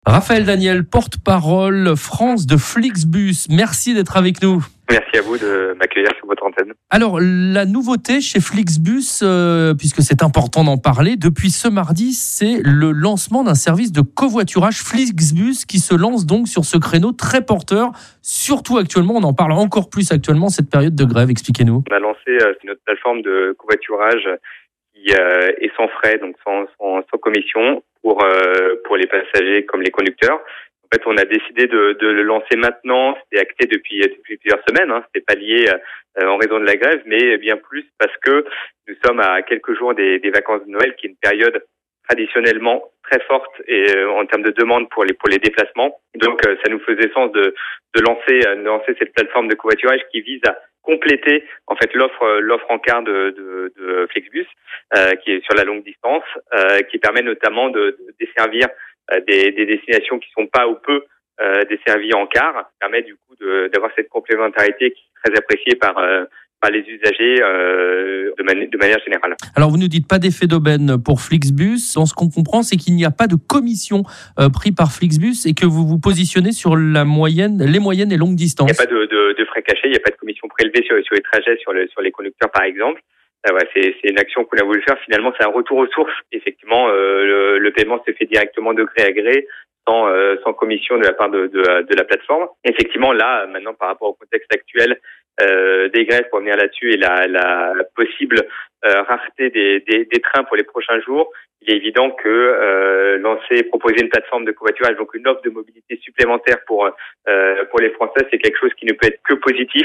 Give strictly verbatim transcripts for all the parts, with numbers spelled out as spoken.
Raphaël Daniel, porte-parole France de Flixbus. Merci d'être avec nous. Merci à vous de m'accueillir sur votre antenne. Alors, la nouveauté chez Flixbus, euh, puisque c'est important d'en parler, depuis ce mardi, c'est le lancement d'un service de covoiturage Flixbus qui se lance donc sur ce créneau très porteur. Surtout actuellement, on en parle encore plus actuellement, cette période de grève. Expliquez-nous. On a lancé euh, notre plateforme de covoiturage qui euh, est sans frais, donc sans, sans, sans commission pour, euh, pour les passagers comme les conducteurs. En fait, on a décidé de, de le lancer maintenant. C'était acté depuis, depuis plusieurs semaines. Hein. C'était pas lié euh, en raison de la grève, mais bien plus parce que nous sommes à quelques jours des, des vacances de Noël, qui est une période traditionnellement très forte et euh, en termes de demande pour les pour les déplacements. Donc, euh, ça nous faisait sens de de lancer euh, de lancer cette plateforme de covoiturage qui vise à compléter en fait l'offre l'offre en car de de, de Flixbus, euh, qui est sur la longue distance, euh, qui permet notamment de, de desservir Des, des destinations qui sont pas ou peu euh, desservies en car, permet du coup de, d'avoir cette complémentarité qui est très appréciée par euh, par les usagers euh, de, mani- de manière générale. Alors, vous ne dites pas d'effet d'aubaine pour Flixbus. Dans ce qu'on comprend, c'est qu'il n'y a pas de commission euh, prise par Flixbus et que vous vous positionnez sur la moyenne, les moyennes et longues distances. Il n'y a pas de, de, de frais cachés, il n'y a pas de commission prélevée sur, sur les trajets, sur, le, sur les conducteurs par exemple. Ah ouais, c'est, c'est une action qu'on a voulu faire. Finalement, c'est un retour aux sources. Effectivement, euh, le, le paiement se fait directement de gré à gré, sans, euh, sans commission de la part de, de, de la plateforme. Effectivement, là, maintenant, par rapport au contexte actuel euh, des grèves, pour revenir là-dessus, et la, la, la possible euh, rareté des, des, des trains pour les prochains jours, il est évident que euh, lancer, proposer une plateforme de covoiturage, donc une offre de mobilité supplémentaire pour euh, pour les Français, c'est quelque chose qui ne peut être que positif,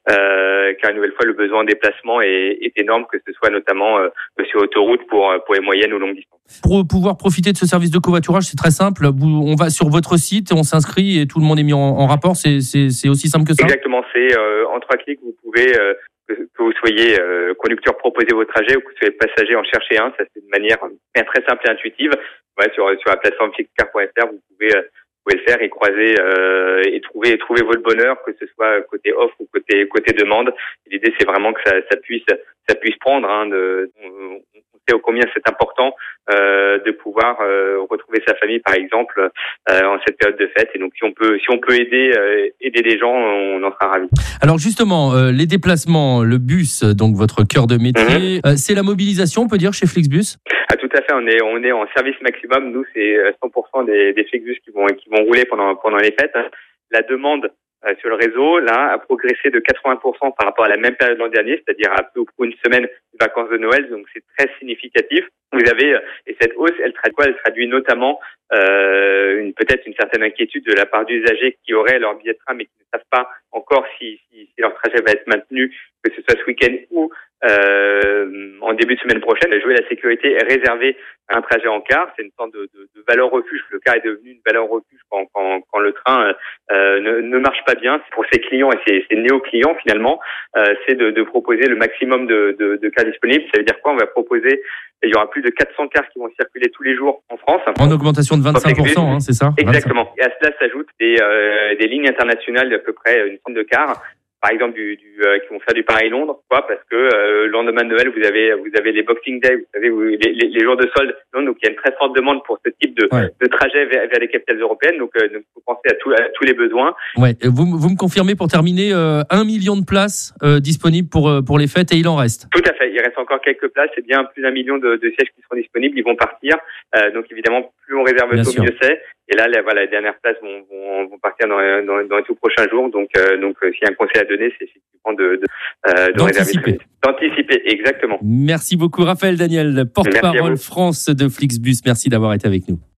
euh, car une nouvelle fois le besoin en déplacement est, est énorme, que ce soit notamment euh, sur autoroute pour pour les moyennes ou longues distances. Pour pouvoir profiter de ce service de covoiturage, c'est très simple. Vous, on va sur votre site, on s'inscrit et tout le monde est mis en, en rapport. C'est, c'est, c'est aussi simple que ça. Exactement, c'est euh, en trois clics, vous pouvez euh, que, que vous soyez euh, conducteur, proposer vos trajets, ou que vous soyez passager, en chercher un. Ça, c'est une manière bien très simple et intuitive. Ouais, sur sur la plateforme flixcar point f r, vous pouvez euh, vous pouvez le faire et croiser euh, et trouver et trouver votre bonheur, que ce soit côté offre ou côté côté demande. Et l'idée, c'est vraiment que ça ça puisse ça puisse prendre. Hein, de, on, on sait combien c'est important euh, de pouvoir euh, retrouver sa famille, par exemple, euh, en cette période de fête. Et donc, si on peut si on peut aider euh, aider les gens, on en sera ravis. Alors justement, euh, les déplacements, le bus, donc votre cœur de métier, mmh. euh, c'est la mobilisation, on peut dire, chez Flixbus. Ah, tout à fait. On est on est en service maximum. Nous, c'est cent pour cent des, des Flixbus qui vont qui vont rouler pendant pendant les fêtes. La demande euh, sur le réseau, là, a progressé de quatre-vingts pour cent par rapport à la même période l'an dernier, c'est-à-dire à peu ou prou une semaine de vacances de Noël. Donc, c'est très significatif. Vous avez et cette hausse, elle traduit quoi ? Elle traduit notamment euh, une peut-être une certaine inquiétude de la part d'usagers qui auraient leur billet de train mais qui ne savent pas encore si si, si leur trajet va être maintenu, que ce soit ce week-end ou Euh, en début de semaine prochaine. Jouer la sécurité est réservé à un trajet en car. C'est une sorte de, de, de valeur refuge. Le car est devenu une valeur refuge quand, quand, quand le train euh, ne, ne marche pas bien. Pour ses clients et ses, ses néo-clients, finalement, euh, c'est de, de proposer le maximum de, de, de cars disponibles. Ça veut dire quoi ? On va proposer, il y aura plus de quatre cents cars qui vont circuler tous les jours en France. En augmentation de vingt-cinq pour cent, hein, c'est ça ? Exactement. Et à cela s'ajoutent des, euh, des lignes internationales d'à peu près une centaine de cars. Par exemple, du, du euh, qui vont faire du Paris-Londres, quoi, parce que euh, le lendemain de Noël, vous avez vous avez les Boxing Day, vous savez, vous, les, les, les jours de solde, donc il y a une très forte demande pour ce type de, ouais. de trajet vers, vers les capitales européennes. Donc, euh, donc, faut penser à, tout, à tous les besoins. Ouais. Vous vous me confirmez pour terminer euh, un million de places euh, disponibles pour euh, pour les fêtes et il en reste. Tout à fait. Il reste encore quelques places. C'est bien plus d'un million de, de sièges qui seront disponibles. Ils vont partir. Euh, donc évidemment, plus on réserve tôt, mieux c'est. Et là, les, voilà, les dernières places vont, vont, vont partir dans, dans, dans les tout prochains jours. Donc, euh, donc, euh, s'il y a un conseil à donner, c'est effectivement de, de, euh, de réserver. D'anticiper, exactement. Merci beaucoup, Raphaël Daniel, porte-parole France de Flixbus. Merci d'avoir été avec nous.